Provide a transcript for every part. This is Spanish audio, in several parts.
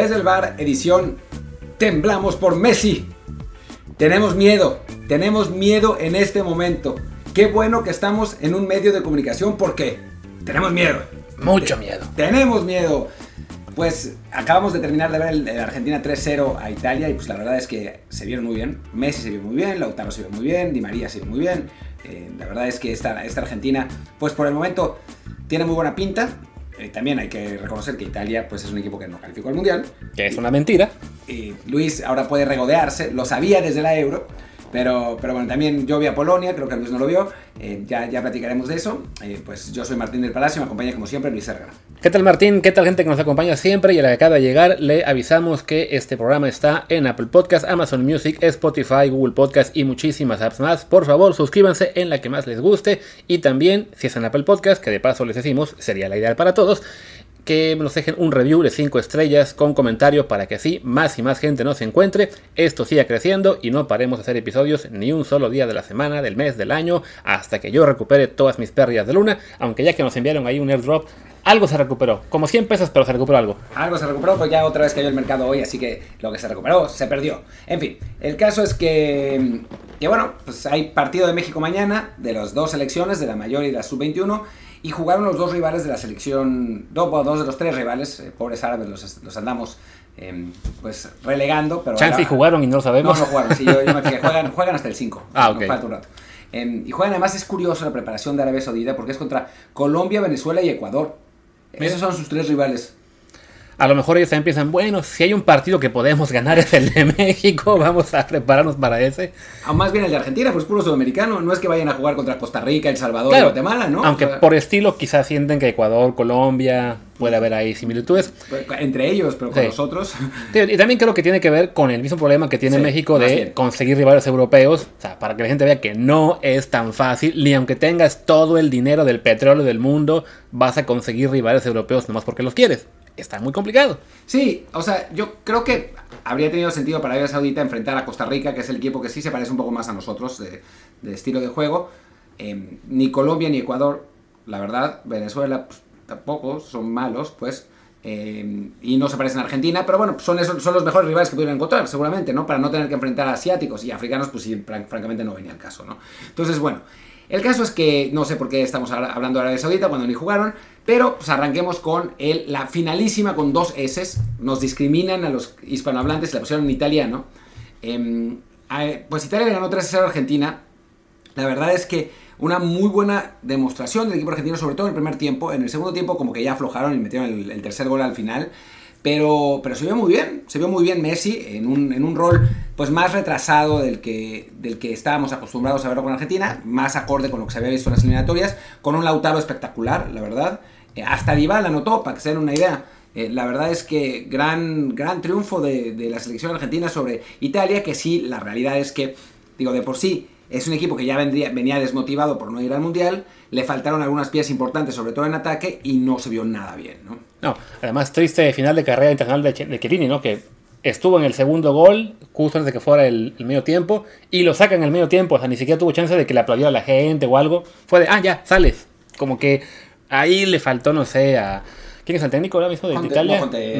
Desde el bar, edición Temblamos por Messi. Tenemos miedo en este momento. Qué bueno que estamos en un medio de comunicación porque tenemos miedo. Mucho miedo. Tenemos miedo. Pues acabamos de terminar de ver el Argentina 3-0 a Italia y pues la verdad es que se vieron muy bien. Messi se vio muy bien, Lautaro se vio muy bien, Di María se vio muy bien. La verdad es que esta Argentina, pues por el momento tiene muy buena pinta. También hay que reconocer que Italia pues es un equipo que no calificó al Mundial. Que es una mentira. Y Luis ahora puede regodearse, lo sabía desde la Euro. Pero bueno, también yo vi a Polonia, creo que Luis no lo vio, ya platicaremos de eso. Pues yo soy Martín del Palacio, me acompaña como siempre Luis Herrera. ¿Qué tal Martín? ¿Qué tal gente que nos acompaña siempre? Y a la que acaba de llegar le avisamos que este programa está en Apple Podcast, Amazon Music, Spotify, Google Podcast y muchísimas apps más. Por favor, suscríbanse en la que más les guste y también, si es en Apple Podcast, que de paso les decimos, sería la ideal para todos, que nos dejen un review de 5 estrellas con comentario para que así más y más gente nos encuentre, esto siga creciendo y no paremos de hacer episodios ni un solo día de la semana, del mes, del año, hasta que yo recupere todas mis pérdidas de luna, aunque ya que nos enviaron ahí un airdrop, algo se recuperó, como 100 pesos, pero se recuperó algo. Algo se recuperó, pues ya otra vez cayó el mercado hoy, así que lo que se recuperó, se perdió. En fin, el caso es que bueno, pues hay partido de México mañana, de las dos selecciones, de la mayor y la sub-21, y jugaron los dos rivales de la selección, dos de los tres rivales, pobres árabes, los andamos pues relegando. Pero Chance y jugaron y no lo sabemos. No jugaron, sí, yo me fijé, juegan hasta el 5, ok. Nos falta un rato. Y juegan, además es curioso la preparación de Arabia Saudita porque es contra Colombia, Venezuela y Ecuador. Esos son sus tres rivales. A lo mejor ellos también piensan, bueno, si hay un partido que podemos ganar es el de México, vamos a prepararnos para ese. O más bien el de Argentina, pues puro sudamericano. No es que vayan a jugar contra Costa Rica, El Salvador claro, y Guatemala, ¿no? Aunque por estilo quizás sienten que Ecuador, Colombia, puede haber ahí similitudes. Entre ellos, pero con los otros. Sí, y también creo que tiene que ver con el mismo problema que tiene México de conseguir rivales europeos. O sea, para que la gente vea que no es tan fácil, ni aunque tengas todo el dinero del petróleo del mundo, vas a conseguir rivales europeos nomás porque los quieres. Está muy complicado. Sí, o sea, yo creo que habría tenido sentido para Arabia Saudita enfrentar a Costa Rica, que es el equipo que sí se parece un poco más a nosotros de estilo de juego. Ni Colombia ni Ecuador, la verdad. Venezuela pues, tampoco, son malos, pues. Y no se parecen a Argentina, pero bueno, son los mejores rivales que pudieran encontrar, seguramente, ¿no? Para no tener que enfrentar a asiáticos y africanos, pues sí, francamente no venía el caso, ¿no? Entonces, bueno, el caso es que no sé por qué estamos hablando de Arabia Saudita cuando ni jugaron, pero pues arranquemos con la finalísima con 2 S. Nos discriminan a los hispanohablantes, la pusieron en italiano. Pues Italia le ganó 3-0 a Argentina. La verdad es que una muy buena demostración del equipo argentino, sobre todo en el primer tiempo. En el segundo tiempo como que ya aflojaron y metieron el tercer gol al final. Pero se vio muy bien Messi en un rol pues más retrasado del que estábamos acostumbrados a verlo con Argentina, más acorde con lo que se había visto en las eliminatorias, con un Lautaro espectacular, la verdad. Hasta Dybala anotó, para que se den una idea. La verdad es que gran triunfo de la selección argentina sobre Italia, que sí, la realidad es que, digo, de por sí, es un equipo que ya venía desmotivado por no ir al Mundial, le faltaron algunas piezas importantes, sobre todo en ataque, y no se vio nada bien, ¿no? No, además triste final de carrera internacional de Chiellini, ¿no? Que estuvo en el segundo gol, justo antes de que fuera el medio tiempo, y lo sacan en el medio tiempo, o sea, ni siquiera tuvo chance de que le aplaudiera a la gente o algo. Fue de, ya, sales. Como que ahí le faltó, no sé, a... ¿Quién es el técnico ahora mismo de Italia?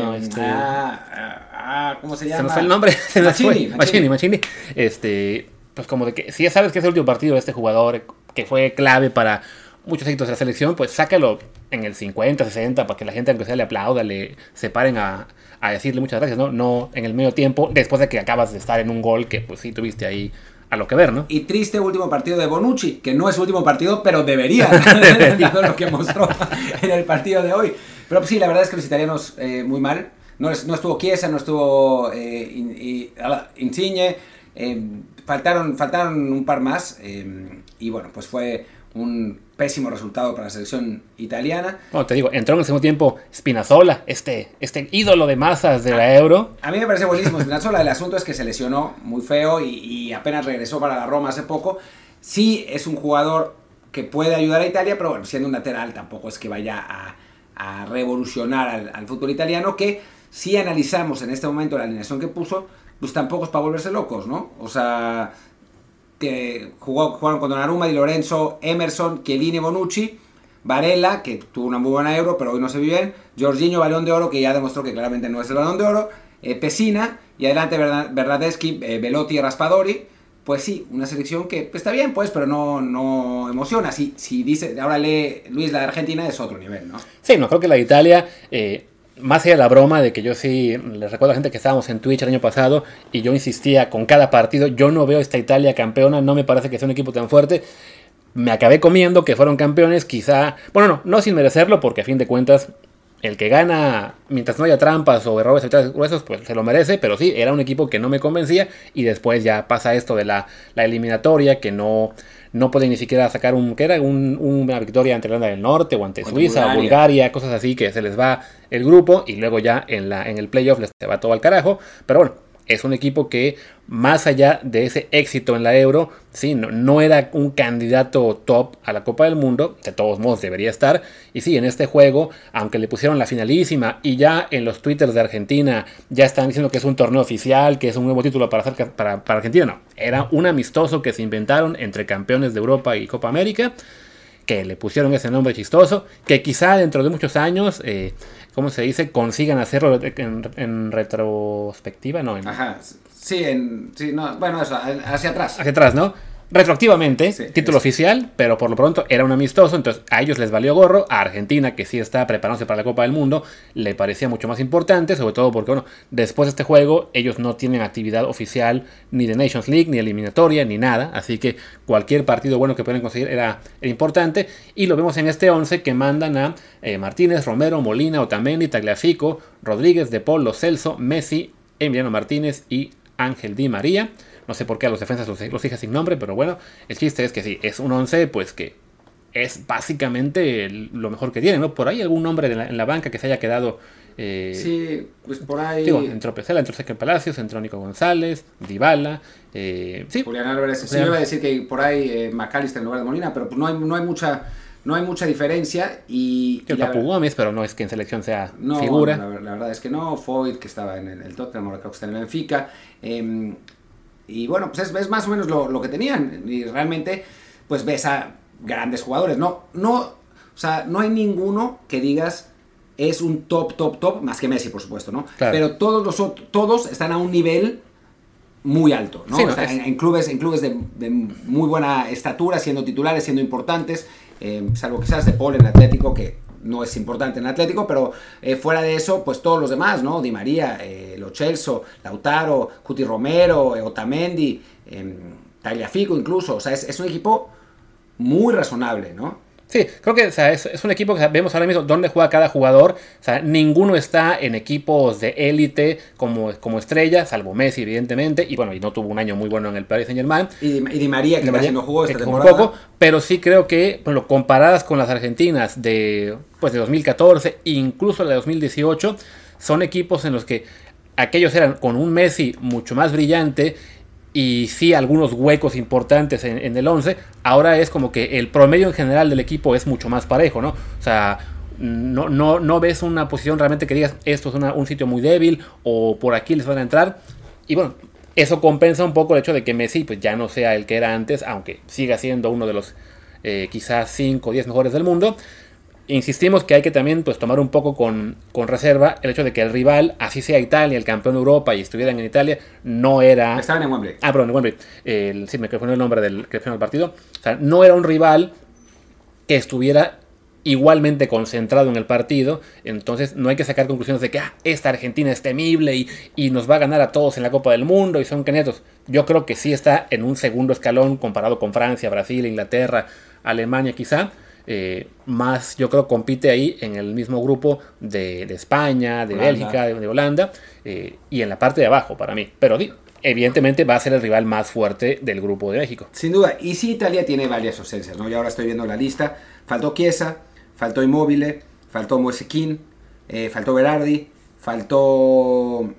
¿Cómo se llama? Se nos fue el nombre. Mancini. Pues como de que si ya sabes que es el último partido de este jugador que fue clave para muchos éxitos de la selección, pues sácalo en el 50, 60 para que la gente aunque sea le aplauda, le separen a decirle muchas gracias, no en el medio tiempo, después de que acabas de estar en un gol que pues sí tuviste ahí a lo que ver, ¿no? Y triste último partido de Bonucci, que no es su último partido, pero debería, dado lo que mostró en el partido de hoy. Pero pues, sí, la verdad es que los italianos muy mal. No estuvo Chiesa, no estuvo Insigne. Faltaron un par más y bueno, pues fue un pésimo resultado para la selección italiana. Bueno, te digo, entró en el segundo tiempo Spinazzola, este ídolo de masas de la Euro. A mí me parece buenísimo Spinazzola. El asunto es que se lesionó muy feo y apenas regresó para la Roma hace poco. Sí es un jugador que puede ayudar a Italia, pero bueno, siendo un lateral tampoco es que vaya a revolucionar al fútbol italiano, que si analizamos en este momento la alineación que puso, pues tampoco es para volverse locos, ¿no? O sea, jugaron con Donnarumma, Di Lorenzo, Emerson, Chiellini, Bonucci. Varela, que tuvo una muy buena Euro, pero hoy no se vio bien. Jorginho, Balón de Oro, que ya demostró que claramente no es el Balón de Oro. Pesina, y adelante Bernardeschi, Belotti y Raspadori. Pues sí, una selección que está bien, pues, pero no emociona. Si dice, ahora lee Luis, la de Argentina es otro nivel, ¿no? Sí, no, creo que la de Italia, más allá de la broma de que yo sí, les recuerdo a la gente que estábamos en Twitch el año pasado y yo insistía con cada partido, yo no veo esta Italia campeona, no me parece que sea un equipo tan fuerte. Me acabé comiendo que fueron campeones, quizá, bueno, no sin merecerlo, porque a fin de cuentas el que gana, mientras no haya trampas o errores gruesos, pues se lo merece, pero sí, era un equipo que no me convencía y después ya pasa esto de la eliminatoria, que no puede ni siquiera sacar una victoria ante Irlanda del Norte o ante Suiza o Bulgaria, cosas así, que se les va el grupo y luego ya en el playoff les va todo al carajo, pero bueno. Es un equipo que, más allá de ese éxito en la Euro, sí, no era un candidato top a la Copa del Mundo, de todos modos debería estar. Y sí, en este juego, aunque le pusieron la finalísima y ya en los twitters de Argentina ya están diciendo que es un torneo oficial, que es un nuevo título para Argentina, no. Era un amistoso que se inventaron entre campeones de Europa y Copa América, que le pusieron ese nombre chistoso, que quizá dentro de muchos años, ¿cómo se dice? Consigan hacerlo en retrospectiva, ¿no? Ajá, sí, bueno, eso, hacia atrás. Hacia atrás, ¿no? Retroactivamente, sí, título oficial, pero por lo pronto era un amistoso, entonces a ellos les valió gorro, a Argentina, que sí está preparándose para la Copa del Mundo, le parecía mucho más importante, sobre todo porque, bueno, después de este juego, ellos no tienen actividad oficial ni de Nations League, ni eliminatoria, ni nada, así que cualquier partido bueno que puedan conseguir era importante, y lo vemos en este 11 que mandan a Martínez, Romero, Molina, Otamendi, Tagliafico, Rodríguez, De Paul, Lo Celso, Messi, Emiliano Martínez y Ángel Di María. No sé por qué a los defensas los dije sin nombre, pero bueno, el chiste es que sí, es un 11 pues que es básicamente lo mejor que tiene, ¿no? Por ahí algún nombre en la banca que se haya quedado... sí, pues por ahí... Digo, entró Pesela, entró Ezequiel Palacios, entró Nico González, Dybala, sí. Julián Álvarez, sí, yo iba a decir que por ahí McAllister en lugar de Molina, pero pues no hay mucha diferencia y Papu Gómez, pero no es que en selección sea figura. No, la verdad es que no. Foyt, que estaba en el Tottenham, ahora creo que está en el Benfica. Y bueno, pues es más o menos lo que tenían. Y realmente, pues ves a grandes jugadores. O sea, no hay ninguno que digas es un top, más que Messi, por supuesto, ¿no? Claro. Pero todos están a un nivel muy alto, ¿no? Sí, o sea, en clubes de muy buena estatura, siendo titulares, siendo importantes, salvo quizás De Paul en Atlético, que no es importante en Atlético, pero fuera de eso, pues todos los demás, ¿no? Di María, Lo Celso, Lautaro, Cuti Romero, Otamendi, Tagliafico incluso, o sea, es un equipo muy razonable, ¿no? Sí, creo que, o sea, es un equipo que vemos ahora mismo dónde juega cada jugador. O sea, ninguno está en equipos de élite como estrella, salvo Messi, evidentemente. Y bueno, y no tuvo un año muy bueno en el Paris Saint-Germain. Y Di María, que casi no jugó esta temporada. Un poco, pero sí creo que, bueno, comparadas con las argentinas de 2014, incluso la de 2018, son equipos en los que aquellos eran con un Messi mucho más brillante y sí algunos huecos importantes en el 11, ahora es como que el promedio en general del equipo es mucho más parejo, ¿no? O sea, no ves una posición realmente que digas esto es un sitio muy débil o por aquí les van a entrar. Y bueno, eso compensa un poco el hecho de que Messi pues ya no sea el que era antes, aunque siga siendo uno de los quizás 5 o 10 mejores del mundo. Insistimos que hay que también pues tomar un poco con reserva el hecho de que el rival, así sea Italia, el campeón de Europa y estuvieran en Italia, no era... Estaban en Wembley. Perdón, en Wembley. Sí, me fue el nombre del que fue el partido. O sea, no era un rival que estuviera igualmente concentrado en el partido, entonces no hay que sacar conclusiones de que esta Argentina es temible y nos va a ganar a todos en la Copa del Mundo y son canetos. Yo creo que sí está en un segundo escalón comparado con Francia, Brasil, Inglaterra, Alemania quizá. Más yo creo compite ahí en el mismo grupo de España, de Holanda. Bélgica, de Holanda y en la parte de abajo para mí, pero sí, evidentemente va a ser el rival más fuerte del grupo de México. Sin duda, y sí Italia tiene varias ausencias, ¿no? Y ahora estoy viendo la lista, faltó Chiesa, faltó Immobile, faltó Moise Kean, faltó Berardi, faltó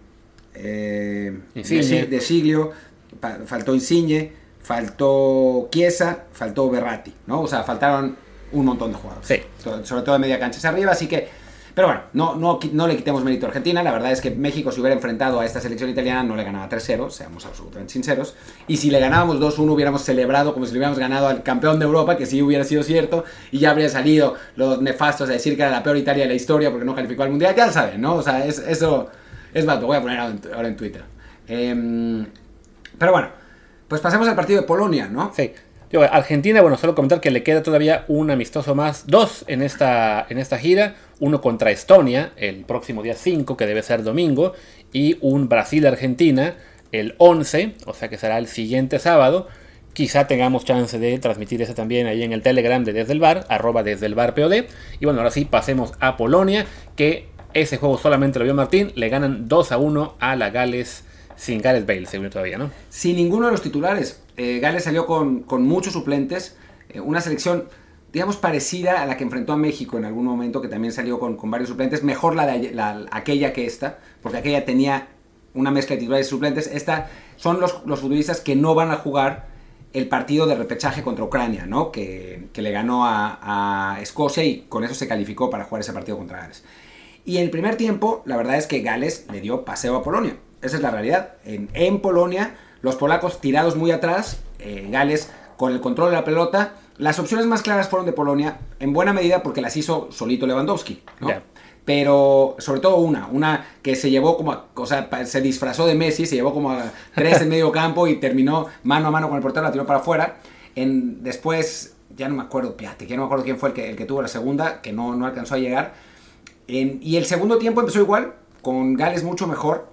De Siglio, faltó Insigne, faltó Chiesa, faltó Verratti, ¿no? O sea, faltaron un montón de jugadores, sí. sobre todo de media cancha hacia arriba, así que Pero bueno, no le quitemos mérito a Argentina. La verdad es que México, si hubiera enfrentado a esta selección italiana, no le ganaba 3-0, seamos absolutamente sinceros. Y si le ganábamos 2-1, hubiéramos celebrado como si le hubiéramos ganado al campeón de Europa, que sí hubiera sido cierto, y ya habría salido los nefastos a decir que era la peor Italia de la historia porque no calificó al Mundial. Ya lo saben, ¿no? O sea, eso es más, lo voy a poner ahora en Twitter. Pero bueno, pues pasemos al partido de Polonia, ¿no? Sí. Argentina, bueno, solo comentar que le queda todavía un amistoso más, 2 en esta gira, uno contra Estonia el próximo día 5, que debe ser domingo, y un Brasil-Argentina el 11, o sea que será el siguiente sábado. Quizá tengamos chance de transmitir ese también ahí en el Telegram de Desde el Bar, @DesdeElBarPod. Y bueno, ahora sí, pasemos a Polonia, que ese juego solamente lo vio Martín, le ganan 2-1 a la Gales, sin Gareth Bale, según todavía, ¿no? Sin ninguno de los titulares. Gales salió con muchos suplentes. Una selección, digamos, parecida a la que enfrentó a México en algún momento, que también salió con varios suplentes. Mejor aquella que esta, porque aquella tenía una mezcla de titulares y suplentes. Esta son los futbolistas que no van a jugar el partido de repechaje contra Ucrania, ¿no? Que le ganó a Escocia y con eso se calificó para jugar ese partido contra Gales. Y en el primer tiempo, la verdad es que Gales le dio paseo a Polonia. Esa es la realidad. En Polonia, los polacos tirados muy atrás, Gales con el control de la pelota. Las opciones más claras fueron de Polonia, en buena medida porque las hizo solito Lewandowski, ¿no? Yeah. Pero sobre todo una que se llevó se disfrazó de Messi, se llevó como a 3 en medio campo y terminó mano a mano con el portero, la tiró para afuera. Después, ya no me acuerdo quién fue el que tuvo la segunda, que no alcanzó a llegar. Y el segundo tiempo empezó igual, con Gales mucho mejor.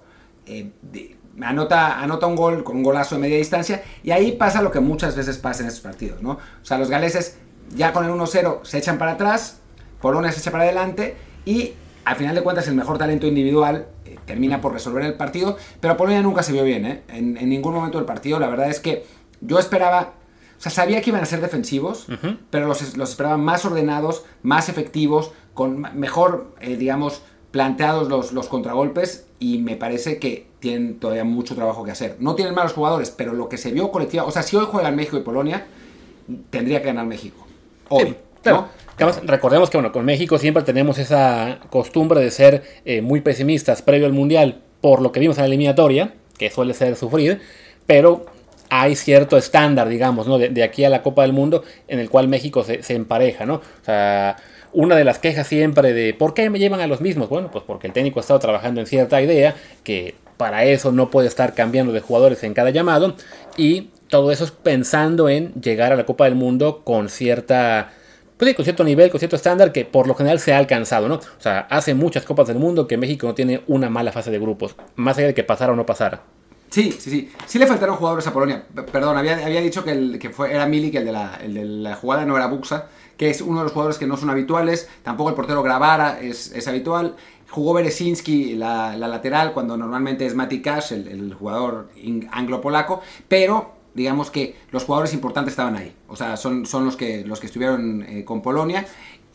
Anota un gol con un golazo de media distancia, y ahí pasa lo que muchas veces pasa en estos partidos, ¿no? O sea, los galeses ya con el 1-0 se echan para atrás, Polonia se echa para adelante, y al final de cuentas el mejor talento individual termina por resolver el partido, pero Polonia nunca se vio bien, en ningún momento del partido. La verdad es que yo esperaba, o sea, sabía que iban a ser defensivos, pero los esperaba más ordenados, más efectivos, con mejor, digamos, planteados los contragolpes, y me parece que tienen todavía mucho trabajo que hacer. No tienen malos jugadores, pero lo que se vio colectiva, o sea, si hoy juegan México y Polonia, tendría que ganar México. Hoy, sí, claro. ¿no? Además, recordemos que con México siempre tenemos esa costumbre de ser muy pesimistas previo al Mundial por lo que vimos en la eliminatoria, que suele ser sufrir, pero hay cierto estándar, digamos, ¿no? de aquí a la Copa del Mundo, en el cual México se empareja, ¿no? O sea, una de las quejas siempre de ¿por qué me llevan a los mismos? Bueno, pues porque el técnico ha estado trabajando en cierta idea, que para eso no puede estar cambiando de jugadores en cada llamado, y todo eso es pensando en llegar a la Copa del Mundo con cierta, pues sí, con cierto nivel, con cierto estándar que por lo general se ha alcanzado, ¿no? O sea, hace muchas Copas del Mundo que México no tiene una mala fase de grupos, más allá de que pasara o no pasara. Sí. Sí le faltaron jugadores a Polonia. Perdón, había dicho que era Milik, el de la jugada, no era Buxa, que es uno de los jugadores que no son habituales. Tampoco el portero Gravara es habitual. Jugó Berezinski la lateral, cuando normalmente es Mati Cash, el jugador anglo-polaco. Pero digamos que los jugadores importantes estaban ahí. O sea, son los que estuvieron con Polonia.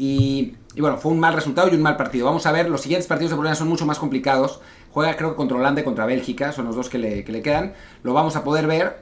Y bueno, fue un mal resultado y un mal partido. Vamos a ver, los siguientes partidos de Polonia son mucho más complicados. Juega, creo que contra Holanda y contra Bélgica, son los dos que le quedan. Lo vamos a poder ver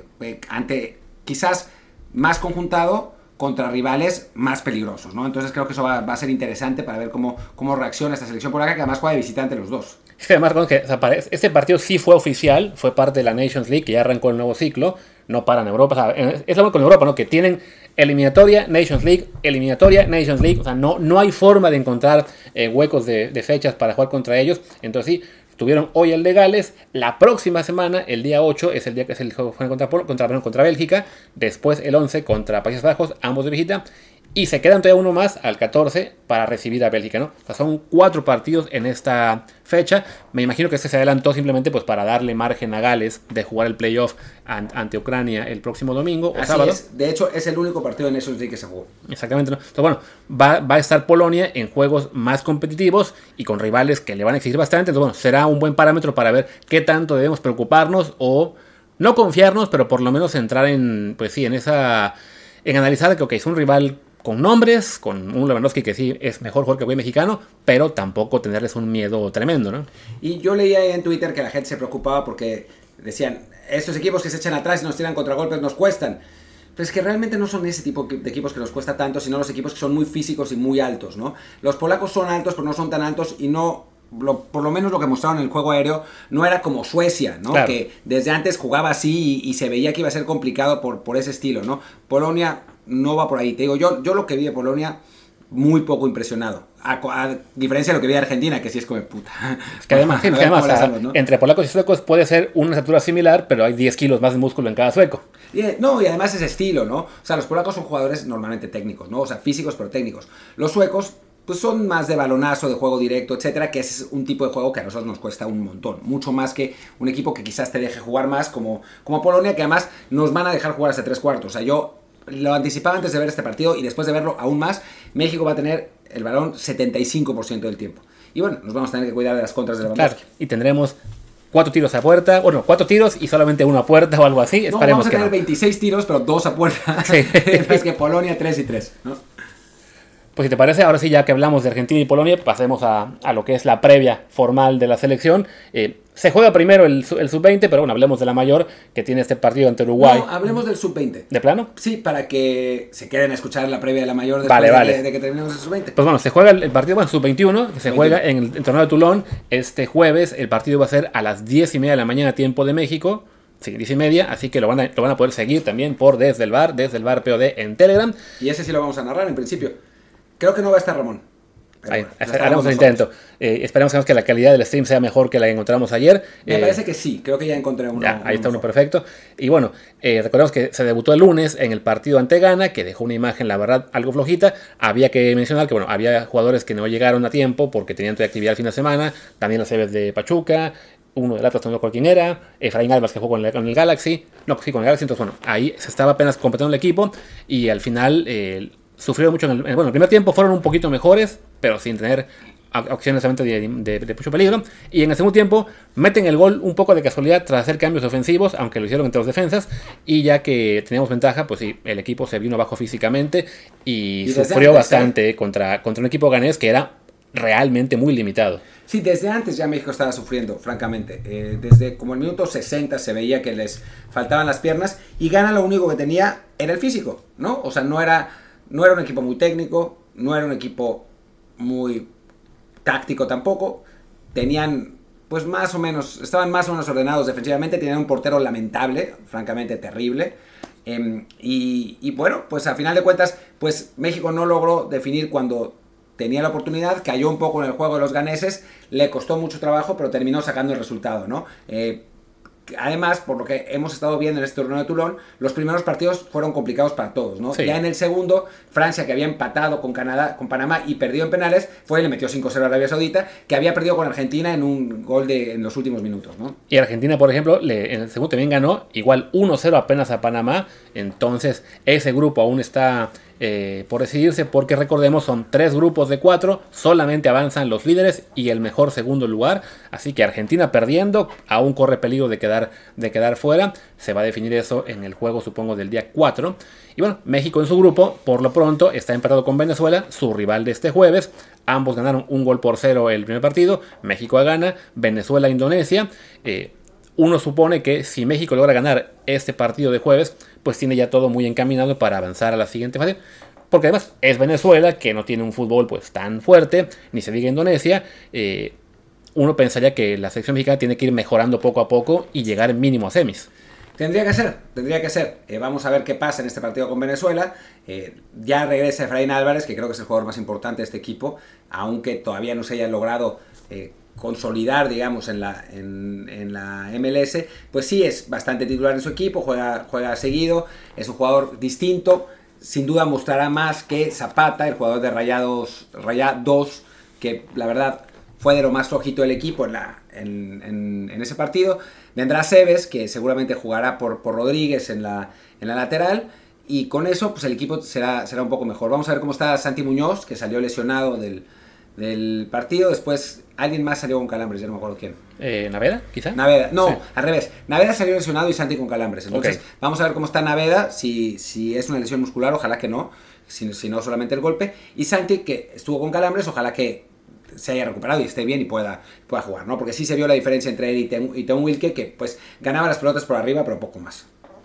ante, quizás más conjuntado, contra rivales más peligrosos, ¿no? Entonces creo que eso va a ser interesante para ver cómo reacciona esta selección polaca, que además juega de visitante los dos. Es que además, este partido sí fue oficial, fue parte de la Nations League, que ya arrancó el nuevo ciclo, no paran Europa. O sea, es lo mismo con Europa, ¿no? Que tienen eliminatoria, Nations League, eliminatoria, Nations League. O sea, no hay forma de encontrar huecos de fechas para jugar contra ellos. Entonces sí, tuvieron hoy el de Gales. La próxima semana, el día 8, es el día que es el juego contra Bélgica. Después el 11 contra Países Bajos, ambos de visita. Y se quedan todavía uno más al 14 para recibir a Bélgica, ¿no? O sea, son 4 partidos en esta fecha. Me imagino que este se adelantó simplemente pues para darle margen a Gales de jugar el playoff ante Ucrania el próximo domingo o sábado. Es. De hecho, es el único partido en Nations League que se jugó. Exactamente, ¿no? Entonces, bueno, va a estar Polonia en juegos más competitivos y con rivales que le van a exigir bastante. Entonces, bueno, será un buen parámetro para ver qué tanto debemos preocuparnos o no confiarnos, pero por lo menos entrar en, pues sí, en analizar que, ok, es un rival con nombres, con un Lewandowski que sí es mejor jugador que el mexicano, pero tampoco tenerles un miedo tremendo, ¿no? Y yo leía en Twitter que la gente se preocupaba porque decían, estos equipos que se echan atrás y nos tiran contragolpes nos cuestan. Pero es que realmente no son ese tipo de equipos que nos cuesta tanto, sino los equipos que son muy físicos y muy altos, ¿no? Los polacos son altos, pero no son tan altos y no... por lo menos lo que mostraron en el juego aéreo no era como Suecia, ¿no? Claro. Que desde antes jugaba así y se veía que iba a ser complicado por ese estilo, ¿no? Polonia no va por ahí. Te digo, yo lo que vi de Polonia, muy poco impresionado. A diferencia de lo que vi de Argentina, que sí es como puta. Es que además, ¿no? Entre polacos y suecos puede ser una estatura similar, pero hay 10 kilos más de músculo en cada sueco. Y además ese estilo, ¿no? O sea, los polacos son jugadores normalmente técnicos, ¿no? O sea, físicos pero técnicos. Los suecos, pues son más de balonazo, de juego directo, etcétera, que es un tipo de juego que a nosotros nos cuesta un montón. Mucho más que un equipo que quizás te deje jugar más, como Polonia, que además nos van a dejar jugar hasta 3/4. O sea, yo lo anticipaba antes de ver este partido y después de verlo aún más, México va a tener el balón 75% del tiempo. Y bueno, nos vamos a tener que cuidar de las contras de Lewandowski. Claro, y tendremos 4 tiros a puerta, 4 tiros y solamente 1 a puerta o algo así. No, Esperemos vamos a que tener no. 26 tiros, pero 2 a puerta. Sí. Es que Polonia 3 y 3, ¿no? Pues si te parece, ahora sí, ya que hablamos de Argentina y Polonia, pasemos a lo que es la previa formal de la selección. Se juega primero el sub-20, pero bueno, hablemos de la mayor, que tiene este partido ante Uruguay. No, hablemos del sub-20. ¿De plano? Sí, para que se queden a escuchar la previa de la mayor Vale, después vale. de que terminemos el sub-20. Pues bueno, se juega el partido sub-21, que se juega en el torneo de Toulon este jueves. El partido va a ser a las 10:30 de la mañana, tiempo de México. Sí, 10:30, así que lo van a poder seguir también por desde el bar POD en Telegram. Y ese sí lo vamos a narrar en principio. Creo que no va a estar Ramón. Ahí, haremos el intento. Esperemos que la calidad del stream sea mejor que la que encontramos ayer. Me parece que sí, creo que ya encontré uno. Ya, ahí está uno perfecto. Y bueno, recordemos que se debutó el lunes en el partido ante Ghana, que dejó una imagen, la verdad, algo flojita. Había que mencionar que bueno, había jugadores que no llegaron a tiempo porque tenían toda actividad el fin de semana. También los CBs de Pachuca, uno del Atlas, no recuerdo quién era, Efraín Albas, que jugó con el Galaxy. No, pues sí, con el Galaxy. Entonces bueno, ahí se estaba apenas completando el equipo y al final sufrieron mucho el primer tiempo fueron un poquito mejores, pero sin tener opciones de mucho peligro. Y en el segundo tiempo meten el gol un poco de casualidad tras hacer cambios ofensivos, aunque lo hicieron entre los defensas. Y ya que teníamos ventaja, pues sí, el equipo se vino abajo físicamente y sufrió bastante contra un equipo ganés que era realmente muy limitado. Sí, desde antes ya México estaba sufriendo, francamente. Desde como el minuto 60 se veía que les faltaban las piernas y Ghana lo único que tenía era el físico, ¿no? O sea, no era un equipo muy técnico, no era un equipo muy táctico tampoco. Tenían, pues estaban más o menos ordenados defensivamente. Tenían un portero lamentable, francamente terrible. Y bueno, pues a final de cuentas, pues México no logró definir cuando tenía la oportunidad. Cayó un poco en el juego de los ganeses. Le costó mucho trabajo, pero terminó sacando el resultado, ¿no? Además, por lo que hemos estado viendo en este torneo de Toulon, los primeros partidos fueron complicados para todos, ¿no? Sí. Ya en el segundo, Francia, que había empatado con Panamá y perdió en penales, fue y le metió 5-0 a Arabia Saudita, que había perdido con Argentina en un gol en los últimos minutos, ¿no? Y Argentina, por ejemplo, en el segundo también ganó, igual 1-0 apenas a Panamá. Entonces, ese grupo aún está por decidirse, porque recordemos, son 3 grupos de 4, solamente avanzan los líderes y el mejor segundo lugar. Así que Argentina perdiendo, aún corre peligro de quedar fuera. Se va a definir eso en el juego, supongo, del día 4. Y bueno, México en su grupo, por lo pronto, está empatado con Venezuela, su rival de este jueves. Ambos ganaron 1-0 el primer partido. México gana, Venezuela, Indonesia. Uno supone que si México logra ganar este partido de jueves, pues tiene ya todo muy encaminado para avanzar a la siguiente fase. Porque además es Venezuela, que no tiene un fútbol pues tan fuerte, ni se diga Indonesia. Uno pensaría que la selección mexicana tiene que ir mejorando poco a poco y llegar mínimo a semis. Tendría que ser. Vamos a ver qué pasa en este partido con Venezuela. Ya regresa Efraín Álvarez, que creo que es el jugador más importante de este equipo, aunque todavía no se haya logrado consolidar, digamos, en la MLS. Pues sí, es bastante titular en su equipo, juega seguido, es un jugador distinto. Sin duda mostrará más que Zapata, el jugador de Rayados, que la verdad fue de lo más flojito del equipo en ese partido. Vendrá Cebes, que seguramente jugará por Rodríguez en la lateral, y con eso pues el equipo será un poco mejor. Vamos a ver cómo está Santi Muñoz, que salió lesionado del partido. Después alguien más salió con calambres, ya no me acuerdo quién. ¿Naveda, quizá? Naveda, no, sí. Al revés. Naveda salió lesionado y Santi con calambres. Entonces, vamos a ver cómo está Naveda, si es una lesión muscular, ojalá que no, si no solamente el golpe. Y Santi, que estuvo con calambres, ojalá que se haya recuperado y esté bien y pueda jugar, ¿no? Porque sí se vio la diferencia entre él y Tom Wilke, que pues ganaba las pelotas por arriba, pero poco más.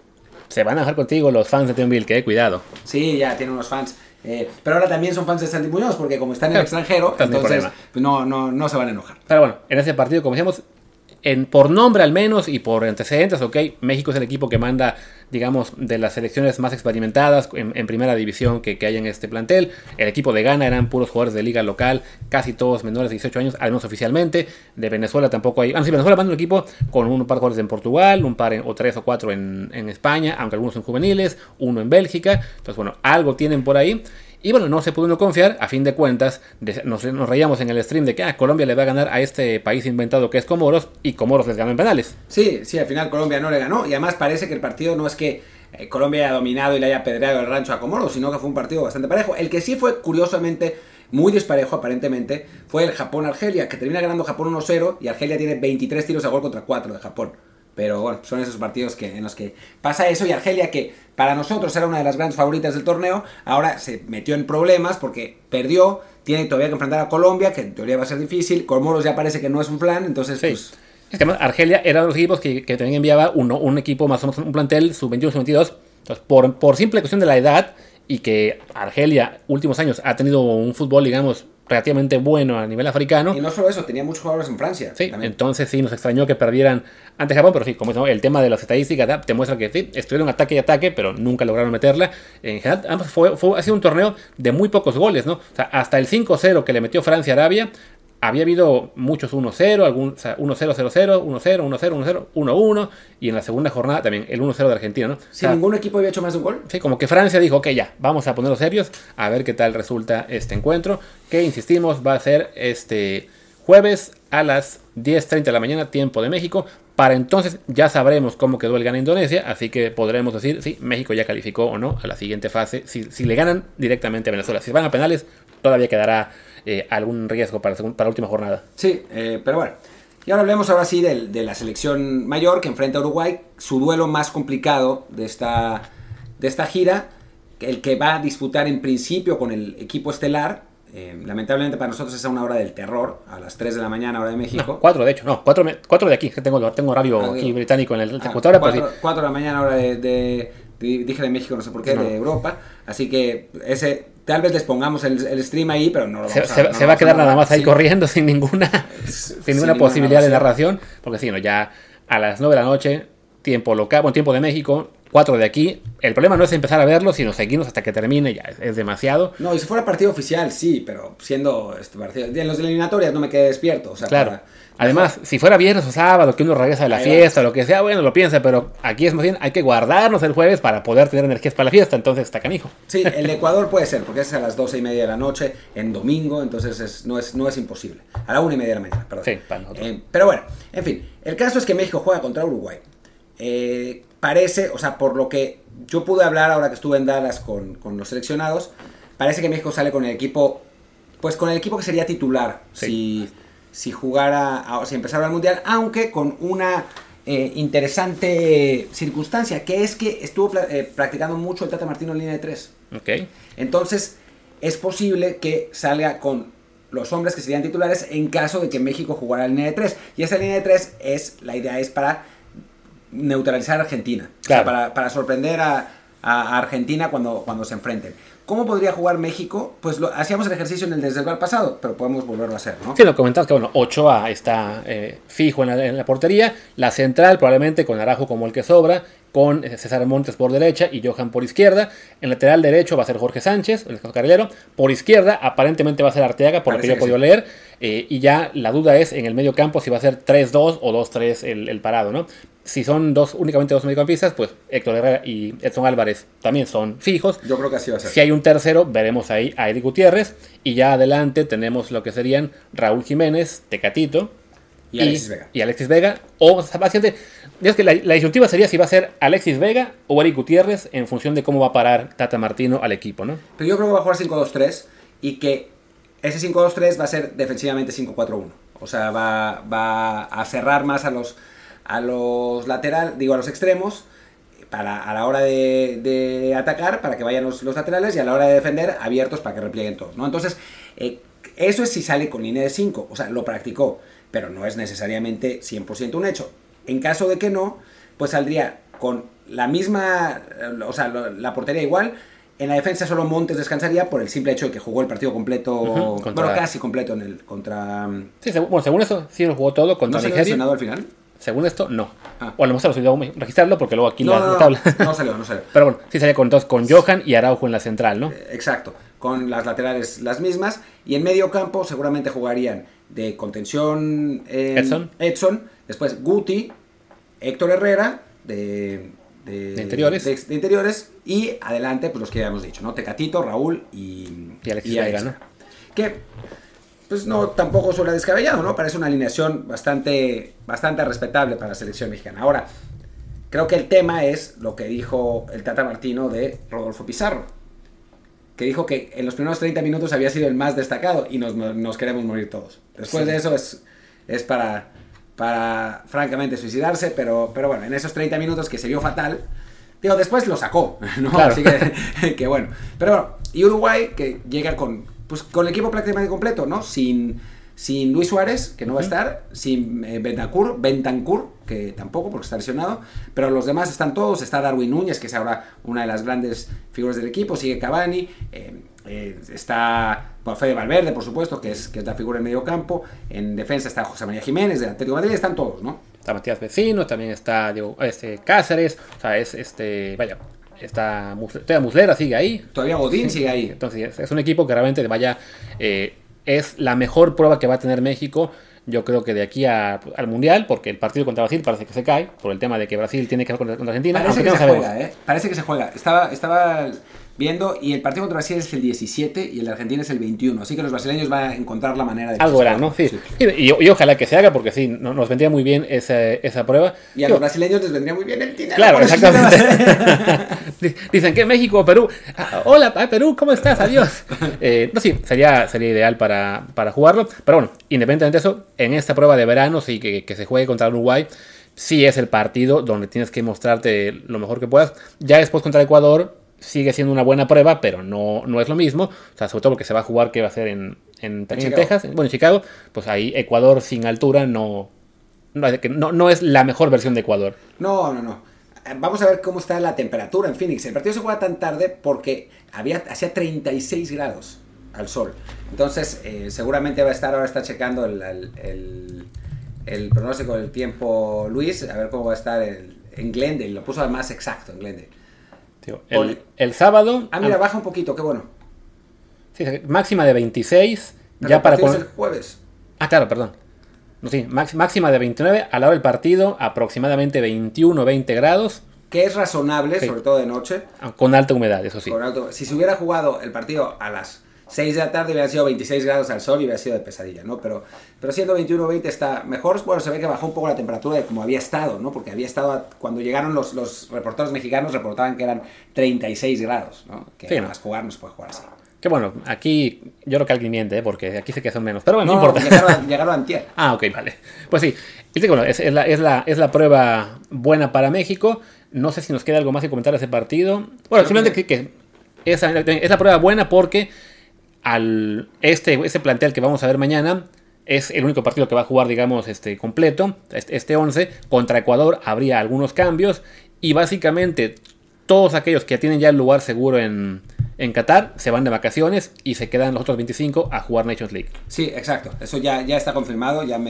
Se van a enojar contigo los fans de Tionville, que cuidado. Sí, ya tiene unos fans. Pero ahora también son fans de Santi Muñoz, porque como están en el extranjero, entonces pues no se van a enojar. Pero bueno, en ese partido, como decíamos, por nombre al menos y por antecedentes, ok, México es el equipo que manda, digamos, de las selecciones más experimentadas en primera división que hay en este plantel. El equipo de Ghana eran puros jugadores de liga local, casi todos menores de 18 años, al menos oficialmente. De Venezuela tampoco hay. Sí, Venezuela manda un equipo con un par de jugadores en Portugal, un par o 3 o 4 en España, aunque algunos son juveniles, uno en Bélgica. Entonces, bueno, algo tienen por ahí. Y bueno, no se pudo confiar, a fin de cuentas, nos reíamos en el stream de que Colombia le va a ganar a este país inventado que es Comoros, y Comoros les ganó en penales. Sí, al final Colombia no le ganó, y además parece que el partido no es que Colombia haya dominado y le haya pedreado el rancho a Comoros, sino que fue un partido bastante parejo. El que sí fue, curiosamente, muy disparejo aparentemente, fue el Japón-Argelia, que termina ganando Japón 1-0, y Argelia tiene 23 tiros a gol contra 4 de Japón. Pero bueno, son esos partidos en los que pasa eso, y Argelia, que para nosotros era una de las grandes favoritas del torneo, ahora se metió en problemas porque perdió, tiene todavía que enfrentar a Colombia, que en teoría va a ser difícil. Comoros ya parece que no es un plan, entonces sí. Pues... Es que Argelia era de los equipos que también enviaba un equipo más o menos, un plantel sub-21, sub-22. Entonces, por simple cuestión de la edad, y que Argelia últimos años ha tenido un fútbol, digamos, relativamente bueno a nivel africano. Y no solo eso, tenía muchos jugadores en Francia. Sí, también. Entonces sí, nos extrañó que perdieran ante Japón, pero sí, como el tema de las estadísticas te muestra que sí, estuvieron ataque y ataque, pero nunca lograron meterla. En general, ha sido un torneo de muy pocos goles, ¿no? O sea, hasta el 5-0 que le metió Francia a Arabia, había habido muchos 1-0, 1-0, 0-0, 1-0, 1-0, 1-0, 1-1, y en la segunda jornada también el 1-0 de Argentina, ¿no? Si ningún equipo había hecho más de un gol. Sí, como que Francia dijo, ok, ya, vamos a ponerlos serios, a ver qué tal resulta este encuentro, que insistimos, va a ser este jueves a las 10:30 de la mañana, tiempo de México. Para entonces ya sabremos cómo quedó el Ghana Indonesia, así que podremos decir si México ya calificó o no a la siguiente fase, si le ganan directamente a Venezuela. Si van a penales, todavía quedará algún riesgo para la última jornada. Sí, pero bueno. Y ahora hablemos ahora sí de la selección mayor que enfrenta a Uruguay, su duelo más complicado de esta gira, el que va a disputar en principio con el equipo estelar. Lamentablemente para nosotros es a una hora del terror, a las 3 de la mañana, hora de México. No, 4 de hecho, no, 4 de aquí, que tengo horario aquí británico en el computadora. 4 de la mañana, hora dije de México, no sé por qué, de Europa. Así que tal vez les pongamos el stream ahí, pero no lo vamos se va a quedar nada más ahí corriendo sin ninguna posibilidad de narración, porque si no, ya a las 9 de la noche, tiempo local, tiempo de México, 4 de aquí. El problema no es empezar a verlo, sino seguirnos hasta que termine, ya es demasiado. No, y si fuera partido oficial, sí, pero siendo este partido, en los eliminatorias no me quedé despierto. O sea, claro. Además, si fuera viernes o sábado, que uno regresa de la fiesta, lo que sea, bueno, lo piensa, pero aquí es más bien, hay que guardarnos el jueves para poder tener energías para la fiesta, entonces está canijo. Sí, el de Ecuador puede ser, porque es a las 12:30 de la noche, en domingo, entonces no es imposible. A la 1:30 de la mañana, perdón. Sí, para nosotros. Pero bueno, en fin, el caso es que México juega contra Uruguay. Parece, o sea, por lo que yo pude hablar ahora que estuve en Dallas con los seleccionados, parece que México sale con el equipo, pues con el equipo que sería titular, sí. si empezara el Mundial, aunque con una interesante circunstancia, que es que estuvo practicando mucho el Tata Martino en línea de 3. Okay. Entonces, es posible que salga con los hombres que serían titulares en caso de que México jugara en línea de 3. Y esa línea de 3 la idea es para neutralizar a Argentina, claro. O sea, para sorprender a Argentina cuando se enfrenten. ¿Cómo podría jugar México? Pues hacíamos el ejercicio desde el bar pasado, pero podemos volverlo a hacer, ¿no? Sí, lo comentamos que Ochoa está fijo en la portería, la central probablemente con Araujo como el que sobra, con César Montes por derecha y Johan por izquierda. En lateral derecho va a ser Jorge Sánchez, el carrilero. Por izquierda aparentemente va a ser Arteaga, por lo que yo he podido leer. Y ya la duda es en el medio campo si va a ser 3-2 o 2-3 el parado, ¿no? Si son únicamente dos mediocampistas, pues Héctor Herrera y Edson Álvarez también son fijos. Yo creo que así va a ser. Si hay un tercero, veremos ahí a Eric Gutiérrez. Y ya adelante tenemos lo que serían Raúl Jiménez, Tecatito y Alexis Vega. O básicamente, digamos que la disyuntiva sería si va a ser Alexis Vega o Eric Gutiérrez en función de cómo va a parar Tata Martino al equipo, ¿no? Pero yo creo que va a jugar 5-2-3 y que ese 5-2-3 va a ser defensivamente 5-4-1. O sea, va a cerrar más a los a los extremos a la hora de atacar, para que vayan los laterales, y a la hora de defender abiertos para que replieguen todos, ¿no? Entonces, eso es si sale con línea de 5, o sea, lo practicó, pero no es necesariamente 100% un hecho. En caso de que no, pues saldría con la misma, o sea, la portería igual. En la defensa solo Montes descansaría por el simple hecho de que jugó el partido completo, bueno, casi completo en el contra... Sí, bueno, según eso, sí lo jugó todo contra Nigeria. ¿No salió lesionado al final? Según esto, no. O a lo mejor se los olvidó registrarlo porque luego aquí la tabla... No salió. Pero bueno, sí salía con Johan y Araujo en la central, ¿no? Exacto, con las laterales las mismas. Y en medio campo seguramente jugarían de contención Edson, después Guti, Héctor Herrera, de interiores y adelante pues los que ya hemos dicho, ¿no? Tecatito, Raúl y Alexis Vega, ¿no? Que pues no tampoco suena descabellado, ¿no? Parece una alineación bastante respetable para la selección mexicana. Ahora, creo que el tema es lo que dijo el Tata Martino de Rodolfo Pizarro, que dijo que en los primeros 30 minutos había sido el más destacado y nos queremos morir todos. Después de eso es para francamente suicidarse, pero bueno, en esos 30 minutos que se vio fatal, digo, después lo sacó, ¿no? Claro. Así que bueno. Pero bueno, y Uruguay que llega con el equipo prácticamente completo, ¿no? Sin Luis Suárez, que no va a estar, sin Bentancur, que tampoco, porque está lesionado, pero los demás están todos. Está Darwin Núñez, que es ahora una de las grandes figuras del equipo, sigue Cavani, está Fede Valverde, por supuesto, que es la figura en medio campo. En defensa está José María Jiménez, de Atlético de Madrid, están todos, ¿no? Está Matías Vecino, también está Cáceres, o sea, está Muslera, sigue ahí. Todavía Godín sigue ahí. Entonces es un equipo que realmente es la mejor prueba que va a tener México, yo creo que de aquí al Mundial, porque el partido contra Brasil parece que se cae, por el tema de que Brasil tiene que jugar contra Argentina. Parece que se juega. Estaba viendo, y el partido contra Brasil es el 17 y el de Argentina es el 21, así que los brasileños van a encontrar la manera de... Algo era, ¿no? Sí. Y ojalá que se haga, porque sí, nos vendría muy bien esa prueba. Y a los brasileños les vendría muy bien el dinero. Claro, exactamente. Dicen que México o Perú. Hola, Perú, ¿cómo estás? Adiós. No, sí, sería ideal para jugarlo. Pero bueno, independientemente de eso, en esta prueba de verano, sí, que se juegue contra Uruguay, sí es el partido donde tienes que mostrarte lo mejor que puedas. Ya después contra Ecuador sigue siendo una buena prueba, pero no es lo mismo. O sea, sobre todo porque se va a jugar, que va a ser en Texas, en Chicago. Pues ahí Ecuador sin altura no es la mejor versión de Ecuador. No. Vamos a ver cómo está la temperatura en Phoenix. El partido se juega tan tarde porque hacía 36 grados al sol. Entonces, seguramente ahora está checando el pronóstico del tiempo Luis, a ver cómo va a estar en Glendale. Lo puso además exacto en Glendale. Tío, el sábado... mira, baja un poquito, qué bueno. Sí, máxima de 26. Pero ya el para partido es el jueves. Claro, perdón. No, sí, máxima de 29. A la hora del partido, aproximadamente 21-20 grados. Que es razonable, sí, sobre todo de noche. Con alta humedad, eso sí. Si se hubiera jugado el partido a las 6 de la tarde, hubiera sido 26 grados al sol y hubiera sido de pesadilla, ¿no? Pero siendo 21-20 está mejor. Bueno, se ve que bajó un poco la temperatura de como había estado, ¿no? Porque había estado, cuando llegaron los reporteros mexicanos, reportaban que eran 36 grados, ¿no? Que sí, además jugar no se puede jugar así. Que bueno, aquí yo creo que alguien miente, porque aquí sé que son menos. Pero bueno, no importa. Llegaron antier. Ok, vale. Pues sí, bueno, es la prueba buena para México. No sé si nos queda algo más que comentar de ese partido. Bueno, simplemente que es la prueba buena porque este plantel que vamos a ver mañana es el único partido que va a jugar, digamos, completo, este 11. Contra Ecuador habría algunos cambios y básicamente todos aquellos que tienen ya el lugar seguro en Qatar se van de vacaciones y se quedan los otros 25 a jugar Nations League. Sí, exacto. Eso ya está confirmado, ya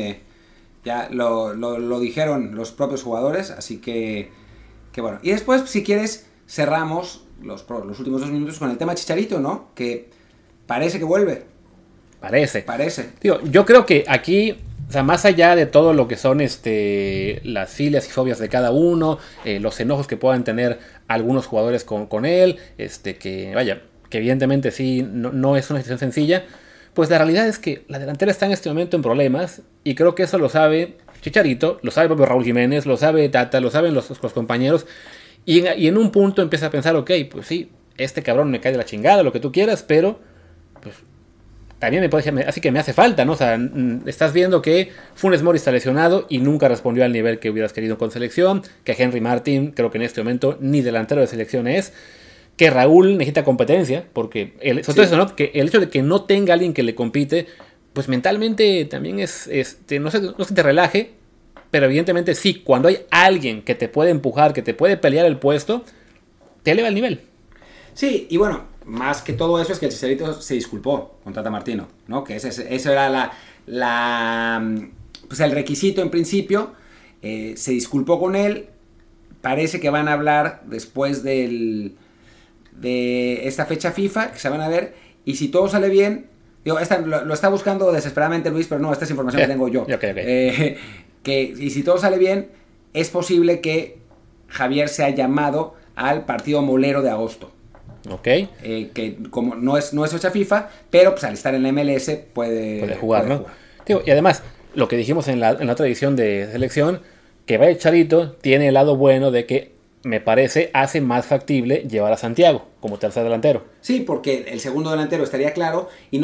lo dijeron los propios jugadores, así que bueno. Y después, si quieres, cerramos los últimos 2 minutos con el tema Chicharito, ¿no? Que parece que vuelve. Parece. Tío, yo creo que aquí, o sea, más allá de todo lo que son las filias y fobias de cada uno, los enojos que puedan tener algunos jugadores con él, que evidentemente sí, no es una situación sencilla, pues la realidad es que la delantera está en este momento en problemas, y creo que eso lo sabe Chicharito, lo sabe el propio Raúl Jiménez, lo sabe Tata, lo saben los compañeros, y en un punto empieza a pensar, ok, pues sí, este cabrón me cae de la chingada, lo que tú quieras, pero pues también así que me hace falta, ¿no? O sea, estás viendo que Funes Mori está lesionado y nunca respondió al nivel que hubieras querido con selección, que Henry Martin creo que en este momento ni delantero de selección es, que Raúl necesita competencia, porque sobre todo eso, ¿no? Que el hecho de que no tenga alguien que le compite, pues mentalmente también no sé que te relaje, pero evidentemente sí, cuando hay alguien que te puede empujar, que te puede pelear el puesto, te eleva el nivel. Sí, y bueno, más que todo eso es que el Chicharito se disculpó con Tata Martino, ¿no? Que eso era pues el requisito en principio. Se disculpó con él. Parece que van a hablar después de esta fecha FIFA, que se van a ver, y si todo sale bien, digo, lo está buscando desesperadamente Luis, pero no, esta es información que tengo yo. Okay. Y si todo sale bien, es posible que Javier sea llamado al partido molero de agosto. Ok. Que como no es fecha FIFA, pero pues al estar en la MLS puede jugar, ¿no? Digo, y además, lo que dijimos en la otra edición de selección, que vaya Chicharito tiene el lado bueno de que me parece hace más factible llevar a Santiago como tercer delantero. Sí, porque el segundo delantero estaría claro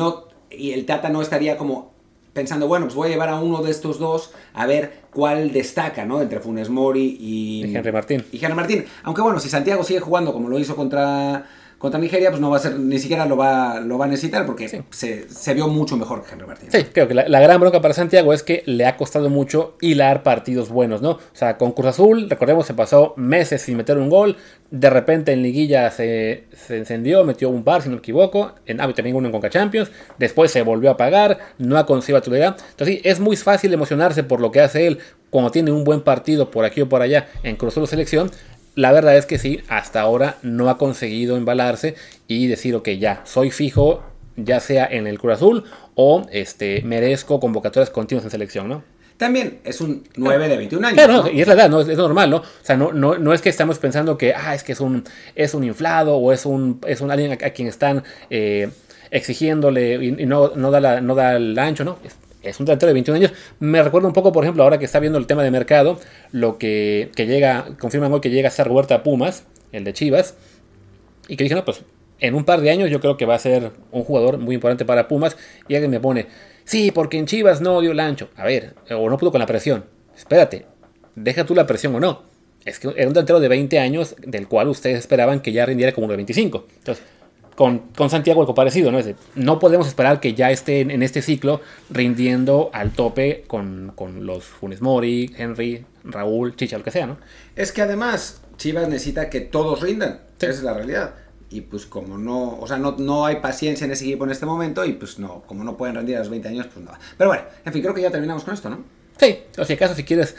y el Tata no estaría como pensando, bueno, pues voy a llevar a uno de estos dos a ver cuál destaca, ¿no? Entre Funes Mori y Henry Martín. Aunque bueno, si Santiago sigue jugando como lo hizo contra Nigeria, pues no va a ser, ni siquiera lo va a necesitar porque sí, se vio mucho mejor que Henry Martín. Sí, creo que la gran bronca para Santiago es que le ha costado mucho hilar partidos buenos, ¿no? O sea, con Cruz Azul, recordemos, se pasó meses sin meter un gol, de repente en liguilla se encendió, metió un par, si no me equivoco, también uno en Conca Champions, después se volvió a apagar, no ha conseguido titularidad. Entonces sí, es muy fácil emocionarse por lo que hace él cuando tiene un buen partido por aquí o por allá en Cruz Azul Selección. La verdad es que sí, hasta ahora no ha conseguido embalarse y decir, ok, ya, soy fijo, ya sea en el Cruz Azul o merezco convocatorias continuas en selección, ¿no? También es un 9 de 21 años. Claro, ¿no? Y es la edad, ¿no? Es normal, ¿no? O sea, no es que estamos pensando que, es que es un inflado o es un alguien a quien están exigiéndole y no da el ancho, ¿no? Es un delantero de 21 años. Me recuerda un poco, por ejemplo, ahora que está viendo el tema de mercado, lo que llega, confirman hoy que llega a ser Huerta a Pumas, el de Chivas, y que dije, no, pues en un par de años yo creo que va a ser un jugador muy importante para Pumas, y alguien me pone, sí, porque en Chivas no dio el ancho. A ver, o no pudo con la presión. Espérate, deja tú la presión o no. Es que era un delantero de 20 años, del cual ustedes esperaban que ya rindiera como uno de 25. Entonces, con Santiago algo parecido, ¿no? No podemos esperar que ya esté en este ciclo rindiendo al tope con los Funes Mori, Henry, Raúl, Chicha, lo que sea, ¿no? Es que además Chivas necesita que todos rindan, sí. Esa es la realidad. Y pues como no hay paciencia en ese equipo en este momento y pues no, como no pueden rendir a los 20 años, pues no. Pero bueno, en fin, creo que ya terminamos con esto, ¿no? Sí, o si acaso si quieres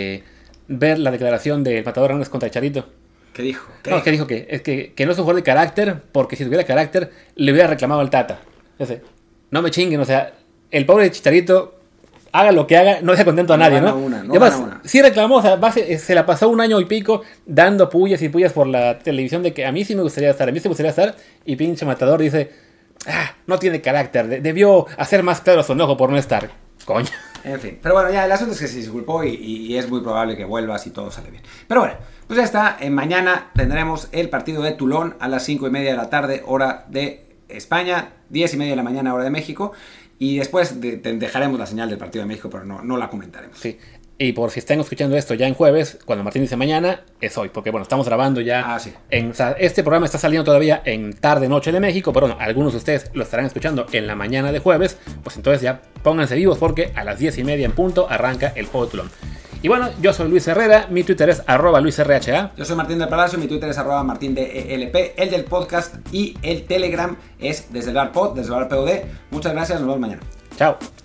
ver la declaración del Matador Hernández contra Chicharito. ¿Qué dijo? No, que dijo que no es un jugador de carácter, porque si tuviera carácter, le hubiera reclamado al Tata. No me chinguen, o sea, el pobre Chicharito, haga lo que haga, no deja contento a nadie, ¿no? Y además, sí reclamó, o sea, se la pasó un año y pico dando pullas y pullas por la televisión de que a mí sí me gustaría estar, y pinche Matador dice, no tiene carácter, debió hacer más claro su enojo por no estar. Coño. En fin, pero bueno, ya el asunto es que se disculpó y es muy probable que vuelvas y todo sale bien. Pero bueno, pues ya está. Mañana tendremos el partido de Toulon a las 5:30 de la tarde, hora de España, 10:30 de la mañana, hora de México. Y después dejaremos la señal del partido de México, pero no la comentaremos. Sí. Y por si están escuchando esto ya en jueves, cuando Martín dice mañana, es hoy, porque bueno, estamos grabando ya. Sí. O sea, este programa está saliendo todavía en tarde-noche de México, pero bueno, algunos de ustedes lo estarán escuchando en la mañana de jueves, pues entonces ya pónganse vivos porque a las 10:30 en punto arranca el juego de Toulon. Y bueno, yo soy Luis Herrera, mi Twitter es @LuisRHA. Yo soy Martín del Palacio, mi Twitter es @MartinDelp, el del podcast y el Telegram es desde el bar pod, desde el bar POD. Muchas gracias, nos vemos mañana. Chao.